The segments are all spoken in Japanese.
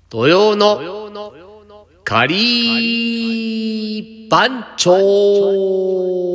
土曜の仮番長。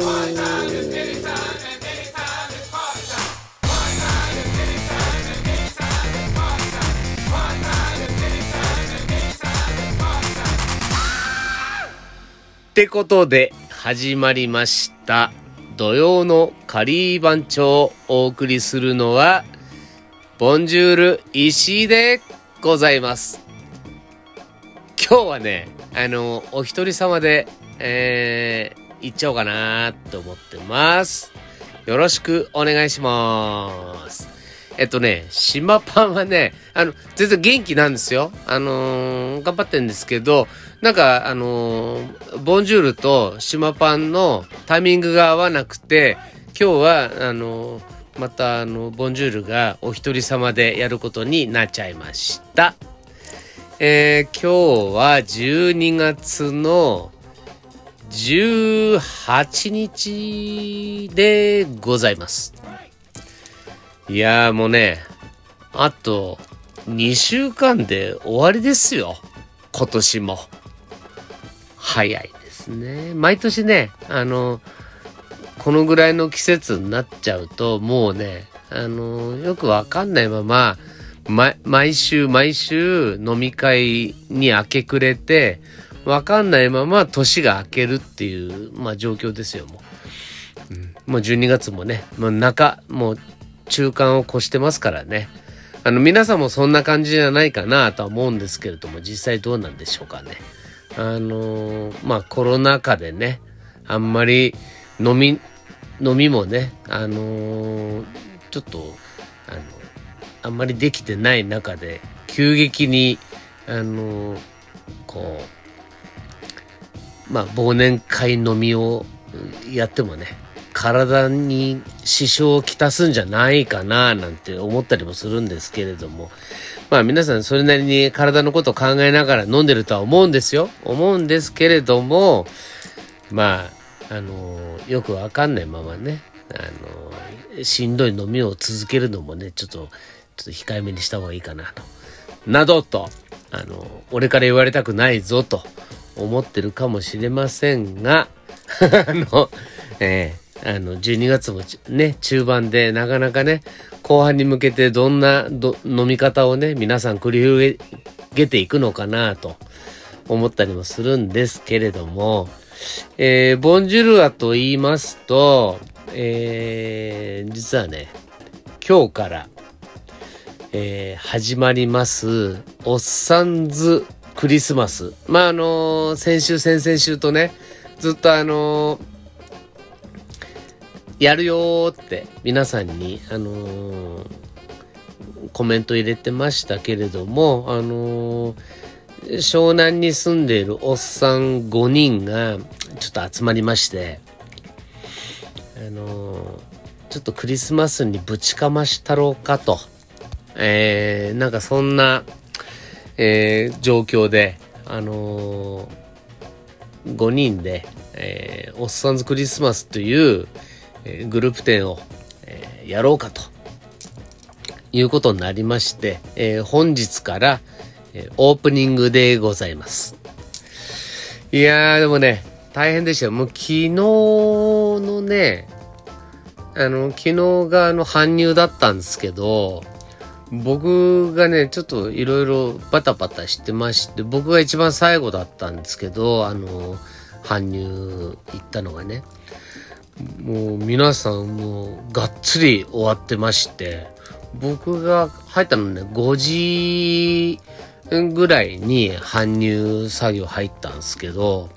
ってことで始まりました土曜の仮番長をお送りするのはボンジュール石井でございます。今日はねお一人様で行っちゃおうかなと思ってます。よろしくお願いします。島パンはね全然元気なんですよ。頑張ってんですけど、なんかボンジュールと島パンのタイミングが合わなくて、今日はまたボンジュールがお一人様でやることになっちゃいました。今日は12月の18日でございます。いやーもうね、あと2週間で終わりですよ。今年も早いですね。毎年ねこのぐらいの季節になっちゃうともうねよくわかんないまま毎週飲み会に明け暮れて、わかんないまま年が明けるっていう状況ですよ。もう12月もね、もう中間を越してますからね。皆さんもそんな感じじゃないかなとは思うんですけれども、実際どうなんでしょうかね。コロナ禍でね、あんまり飲みもねちょっとあんまりできてない中で急激に忘年会飲みをやってもね、体に支障をきたすんじゃないかななんて思ったりもするんですけれども、皆さんそれなりに体のことを考えながら飲んでるとは思うんですけれども、よくわかんないままねしんどい飲みを続けるのもね、ちょっと控えめにした方がいいかなとなどと俺から言われたくないぞと思ってるかもしれませんが12月もね中盤で、なかなかね後半に向けてどんな飲み方をね皆さん繰り広げていくのかなと思ったりもするんですけれども、ボンジュルアと言いますと、実はね今日から始まりますおっさんずクリスマス。先週先々週とねずっとやるよって皆さんにコメント入れてましたけれども、湘南に住んでいるおっさん5人がちょっと集まりまして、ちょっとクリスマスにぶちかましたろうかと、なんかそんな、状況で5人で、おっさんずクリスマスというグループ展を、やろうかということになりまして、本日から、オープニングでございます。いやーでもね大変でしたよ。もう昨日のね昨日が搬入だったんですけど、僕がねちょっといろいろバタバタしてまして、僕が一番最後だったんですけど搬入行ったのがね、もう皆さんもうがっつり終わってまして、僕が入ったのね5時ぐらいに搬入作業入ったんですけど、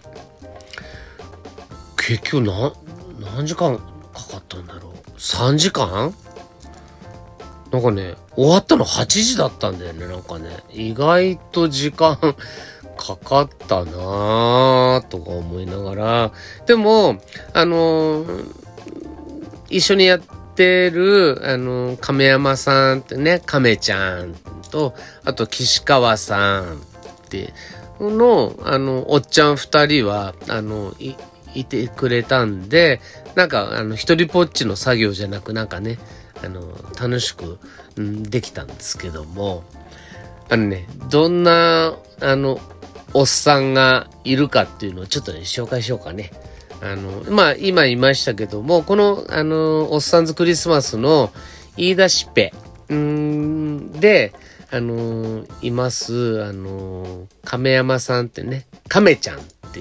結局何時間かかったんだろう。3時間なんかね終わったの8時だったんだよね。なんかね意外と時間かかったなとか思いながら、でも一緒にやってる亀山さんってね、亀ちゃんとあと岸川さんってのおっちゃん2人はいてくれたんで、なんか一人ぽっちの作業じゃなく、なんかね楽しく、できたんですけども、 どんな、おっさんがいるかっていうのをちょっとね、紹介しようかね。今言いましたけども、この、おっさんずクリスマスの言い出しっぺ、で、います、亀山さんってね、亀ちゃんっていう、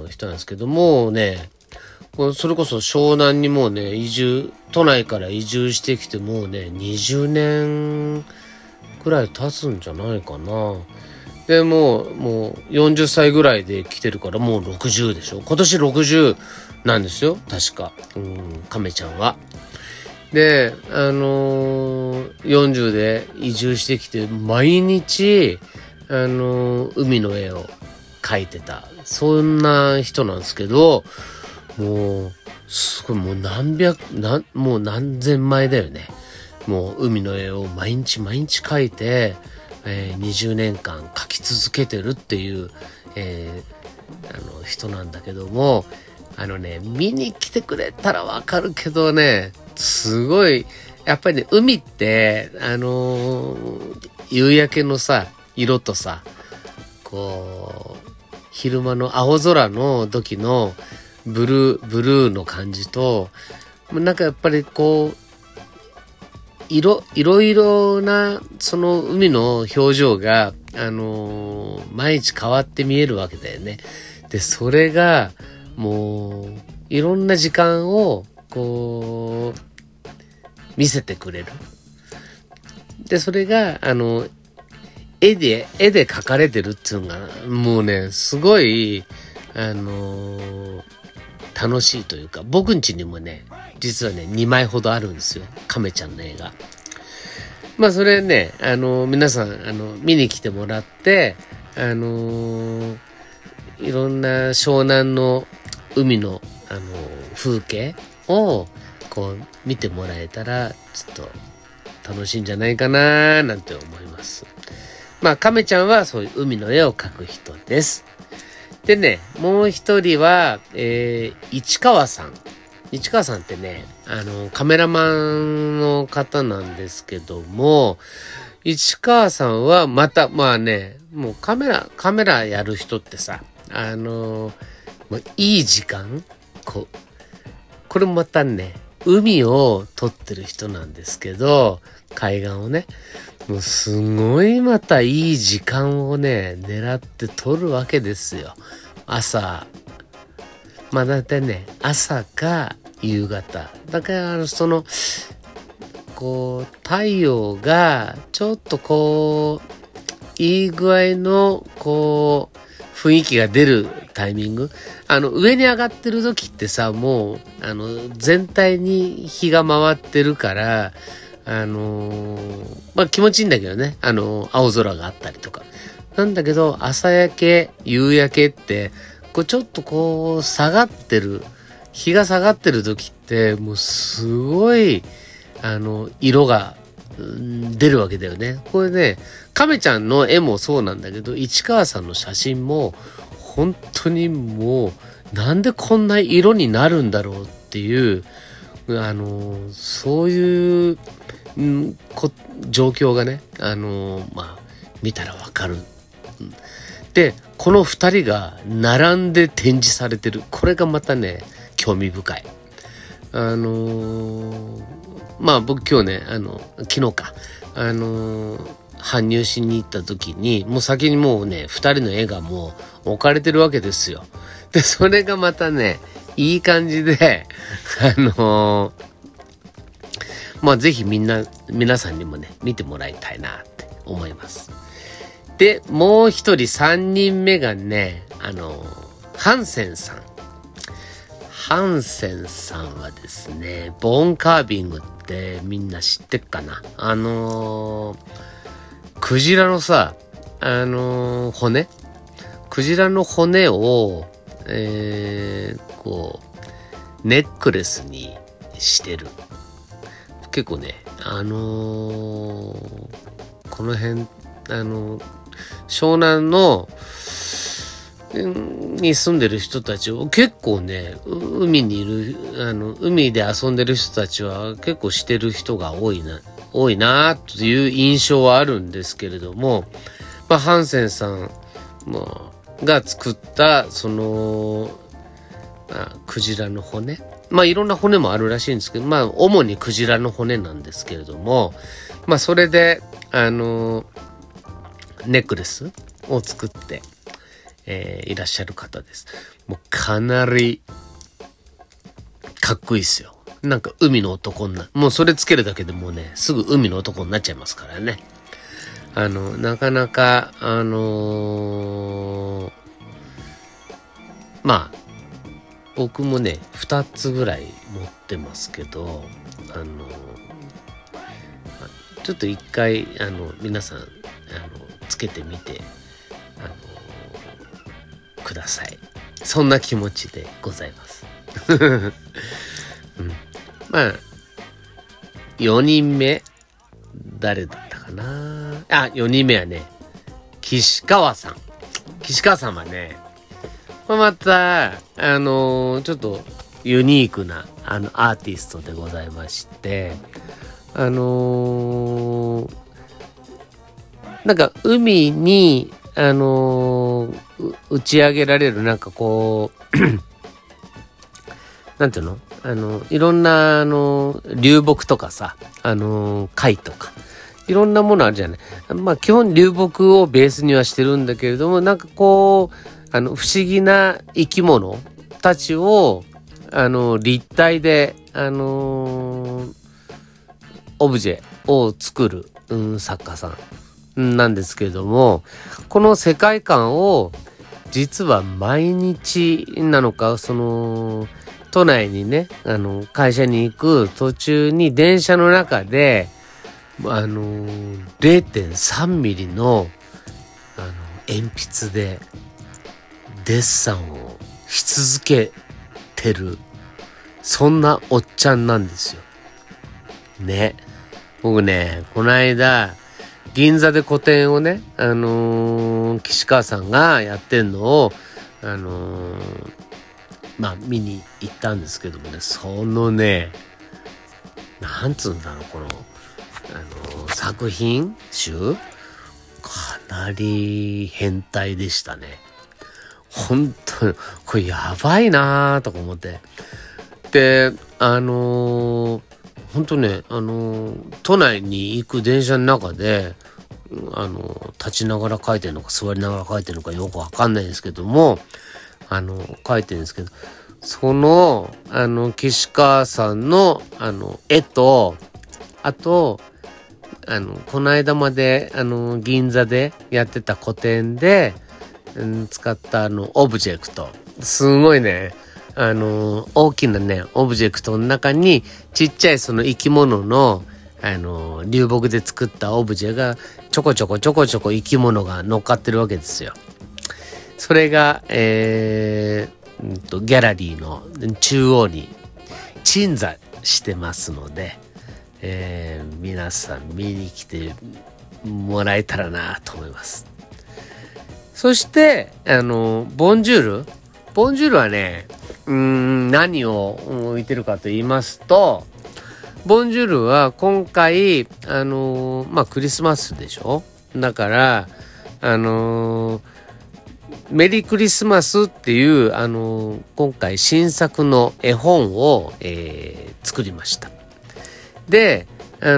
人なんですけどもね、それこそ湘南にもうね、都内から移住してきてもうね、20年くらい経つんじゃないかな。で、もう40歳ぐらいで来てるからもう60でしょ。今年60なんですよ。確か。亀ちゃんは。で、40で移住してきて、毎日、海の絵を描いてた。そんな人なんですけど、もう、すごい、もうもう何千枚だよね。もう海の絵を毎日描いて、20年間描き続けてるっていう、人なんだけども、見に来てくれたらわかるけどね、すごい、やっぱりね、海って、夕焼けのさ、色とさ、こう、昼間の青空の時のブルーの感じと、なんかやっぱりこう、いろいろなその海の表情が、毎日変わって見えるわけだよね。で、それがもういろんな時間をこう見せてくれる。で、それが絵で描かれてるっていうのがもうね、すごい楽しいというか、僕ん家にもね、実はね、2枚ほどあるんですよ。亀ちゃんの映画。まあそれね、皆さん、見に来てもらって、いろんな湘南の海の、風景を、こう、見てもらえたら、ちょっと楽しいんじゃないかななんて思います。まあ、亀ちゃんはそういう海の絵を描く人です。でね、もう一人は、市川さん。市川さんってね、カメラマンの方なんですけども、市川さんはまた、まあね、もうカメラやる人ってさ、もういい時間これもまたね、海を撮ってる人なんですけど、海岸をね、もうすごいまたいい時間をね、狙って撮るわけですよ。朝。まあだいたいね、朝か夕方。だからこう、太陽がちょっとこう、いい具合のこう、雰囲気が出るタイミング。上に上がってる時ってさ、もう、全体に日が回ってるから、まあ気持ちいいんだけどね。青空があったりとか。なんだけど、朝焼け、夕焼けって、こうちょっとこう、日が下がってる時って、もうすごい、色が出るわけだよね。これね、亀ちゃんの絵もそうなんだけど、市川さんの写真も、本当にもう、なんでこんな色になるんだろうっていう、そういう、状況がね、まあ、見たらわかる。で、この二人が並んで展示されてる。これがまたね、興味深い。まあ僕今日ね、昨日か、搬入しに行った時に、もう先にもうね、二人の絵がもう置かれてるわけですよ。で、それがまたね、いい感じで、まあぜひ皆さんにもね、見てもらいたいなって思います。で、もう一人3人目がね、ハンセンさん。ハンセンさんはですね、ボーンカービングってみんな知ってっかな。クジラのさ、骨クジラの骨を、こう、ネックレスにしてる。結構ね、この辺、湘南のに住んでる人たちを結構ね、海にいる海で遊んでる人たちは結構してる人が多い多いなという印象はあるんですけれども、ハンセンさんが作ったそのクジラの骨、いろんな骨もあるらしいんですけど、主にクジラの骨なんですけれども、それでネックレスを作って、いらっしゃる方です。もうかなりかっこいいですよ。なんか海の男もうそれつけるだけでもうね、すぐ海の男になっちゃいますからね。なかなか僕もね2つぐらい持ってますけど、ちょっと一回皆さんつけてみてください。そんな気持ちでございます。4人目誰だったかな。4人目はね岸川さん。岸川さんはねこれまたちょっとユニークなアーティストでございまして、なんか海に打ち上げられるなんかこうなんていうのいろんな流木とかさ貝とかいろんなものあるじゃない。基本流木をベースにはしてるんだけれども、なんかこう不思議な生き物たちを立体でオブジェを作る、作家さんなんですけれども、この世界観を実は毎日なのか都内にね会社に行く途中に電車の中で0.3 ミリの鉛筆でデッサンをし続けてる、そんなおっちゃんなんですよね。僕ねこの間銀座で個展をね岸川さんがやってんのを見に行ったんですけどもね、そのねなんつうんだろう、この作品集かなり変態でしたね。本当にこれやばいなとか思って、で本当ね都内に行く電車の中で立ちながら書いてるのか座りながら書いてるのかよくわかんないですけども書いてるんですけど、その岸川さんの絵と、あとこの間まで銀座でやってた個展で、使ったオブジェクト、すごいね大きなねオブジェクトの中にちっちゃいその生き物の流木で作ったオブジェがちょこちょこ生き物が乗っかってるわけですよ。それがギャラリーの中央に鎮座してますので、皆さん見に来てもらえたらなと思います。そしてボンジュールはね何を置いてるかと言いますと、ボンジュールは今回クリスマスでしょ。だからメリークリスマスっていう今回新作の絵本を、作りました。でメ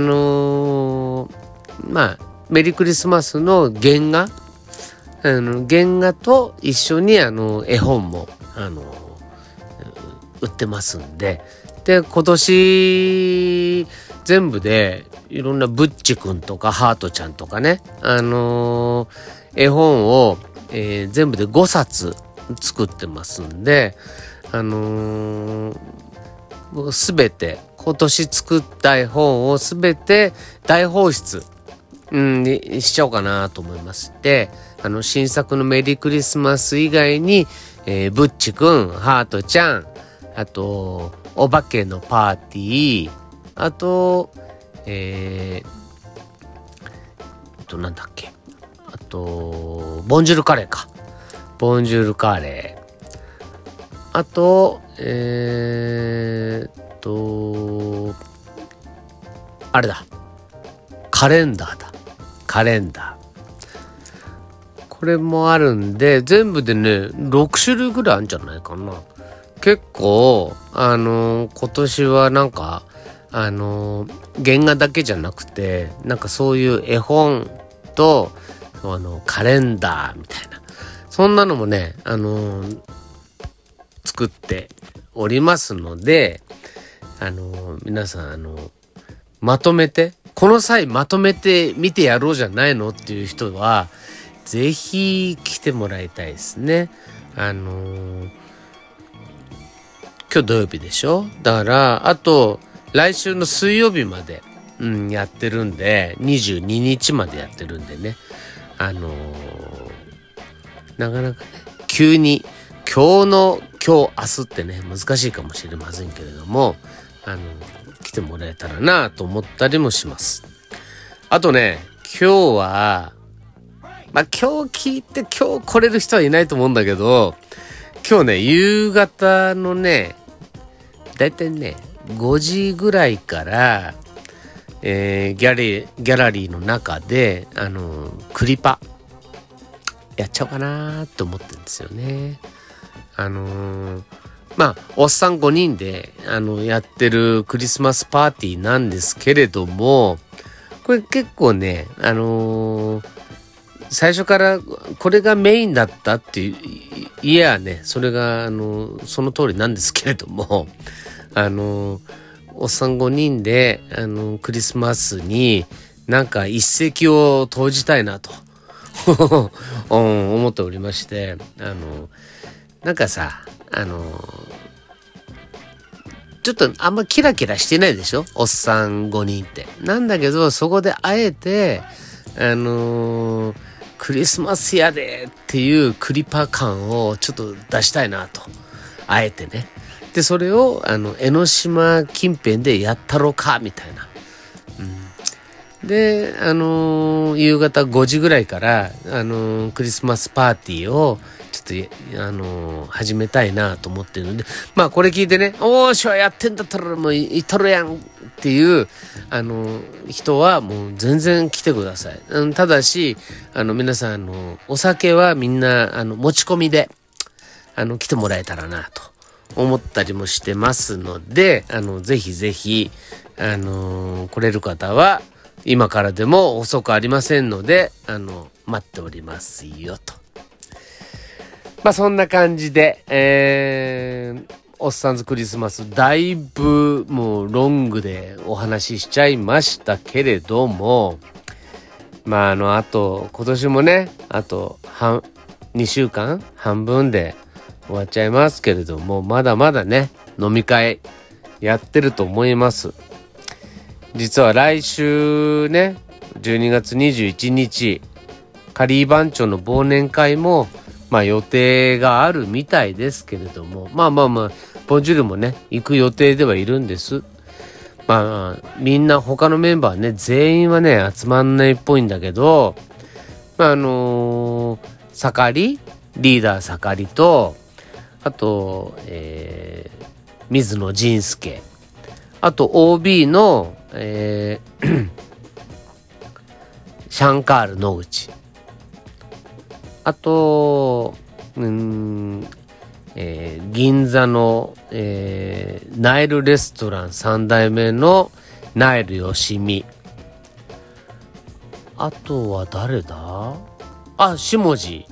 リークリスマスの原画と一緒に絵本も売ってますんで、今年全部でいろんなブッチくんとかハートちゃんとかね絵本を、全部で5冊作ってますんですべて今年作った絵本をすべて大放出にしちゃおうかなと思いまして、新作のメリークリスマス以外に、ブッチくん、ハートちゃん、あとお化けのパーティー、あとなんだっけ、あとボンジュールカレーか、ボンジュールカレー、あとあれだ、 カレンダーだ。カレンダー。これもあるんで、全部でね、6種類ぐらいあるんじゃないかな。結構、今年はなんか、原画だけじゃなくて、なんかそういう絵本と、カレンダーみたいな。そんなのもね、作っておりますので、皆さん、まとめて、この際まとめて見てやろうじゃないのっていう人は、ぜひ来てもらいたいですね。今日土曜日でしょ。だからあと来週の水曜日まで、やってるんで、22日までやってるんでね、なかなかね、急に今日明日ってね難しいかもしれませんけれども、来てもらえたらなと思ったりもします。あとね、今日は今日聞いて今日来れる人はいないと思うんだけど、今日ね、夕方のね、だいたいね、5時ぐらいから、ギャラリーの中で、クリパやっちゃおうかなと思ってるんですよね。おっさん5人で、やってるクリスマスパーティーなんですけれども、これ結構ね、最初からこれがメインだったっていういやね、それがその通りなんですけれども、おっさん5人でクリスマスになんか一石を投じたいなと思っておりまして、なんかさ、ちょっとあんまキラキラしてないでしょ、おっさん5人って。なんだけど、そこであえてクリスマスやでっていうクリパ感をちょっと出したいなと、あえてね。でそれを江ノ島近辺でやったろかみたいな、で夕方5時ぐらいからクリスマスパーティーをちょっと始めたいなと思ってるので、これ聞いてね、おーしはやってんだったらもういとるやんっていう人はもう全然来てください。ただし皆さんお酒はみんな持ち込みで来てもらえたらなと思ったりもしてますので、ぜひぜひ来れる方は今からでも遅くありませんので待っておりますよと。そんな感じで、おっさんずクリスマスだいぶもうロングでお話ししちゃいましたけれども、あと今年もね、あと2週間半分で終わっちゃいますけれども、まだまだね飲み会やってると思います。実は来週ね、12月21日カリー番長の忘年会も予定があるみたいですけれども、ボンジュールもね行く予定ではいるんです。みんな他のメンバーね全員はね集まんないっぽいんだけど、盛りリーダー盛りと、あと、水野仁介、あと OB の、シャンカール野口、あと、銀座の、ナイルレストラン3代目のナイルよしみ、あとは誰だ？下地。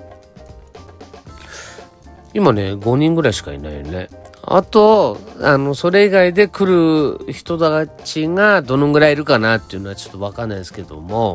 今ね5人ぐらいしかいないよね。あとそれ以外で来る人たちがどのぐらいいるかなっていうのはちょっと分かんないですけども、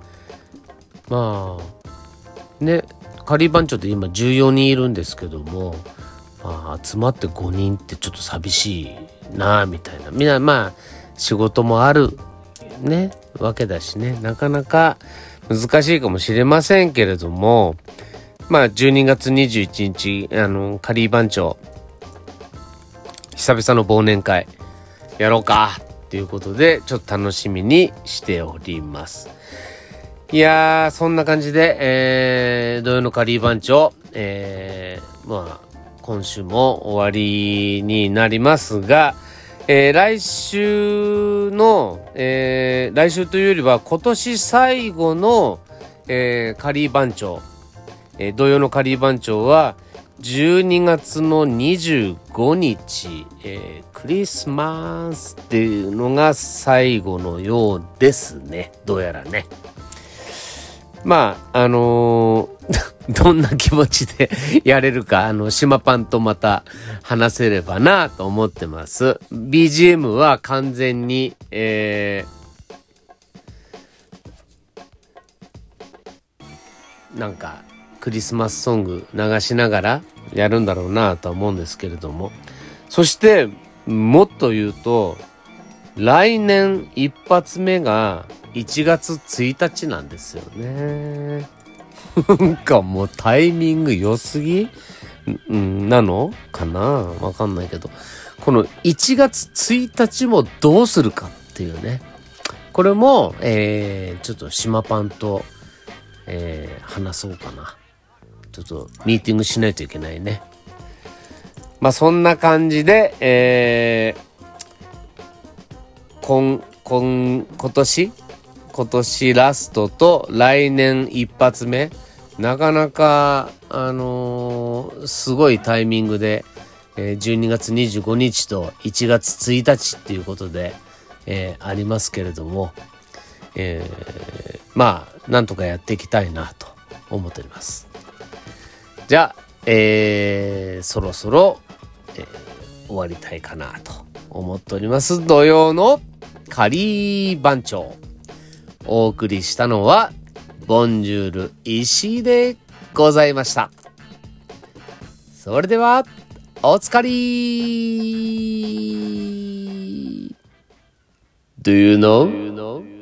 ね、カリー番長って今14人いるんですけども、集まって5人ってちょっと寂しいなみたいな。みんな仕事もあるねわけだしね、なかなか難しいかもしれませんけれども、12月21日カリー番長久々の忘年会やろうかっていうことでちょっと楽しみにしております。いやー、そんな感じで、土曜のカリー番長、今週も終わりになりますが、 来週の、来週というよりは今年最後の、カリー番長、土曜のカリー番長は12月の25日、クリスマスっていうのが最後のようですね。どうやらね。まあどんな気持ちでやれるか島パンとまた話せればなと思ってます。 BGM は完全になんかクリスマスソング流しながらやるんだろうなとは思うんですけれども、そしてもっと言うと来年一発目が1月1日なんですよね。なんかもうタイミング良すぎなのかな、わかんないけど、この1月1日もどうするかっていうね、これも、ちょっと島パンと、話そうかな。ちょっとミーティングしないといけないね。まあそんな感じで、今年ラストと来年一発目、なかなかすごいタイミングで、12月25日と1月1日っていうことで、ありますけれども、まあなんとかやっていきたいなと思っております。じゃあ、そろそろ、終わりたいかなと思っております。土曜のカリー番長、お送りしたのはボンジュール石井でございました。それではおつかり。 Do you know?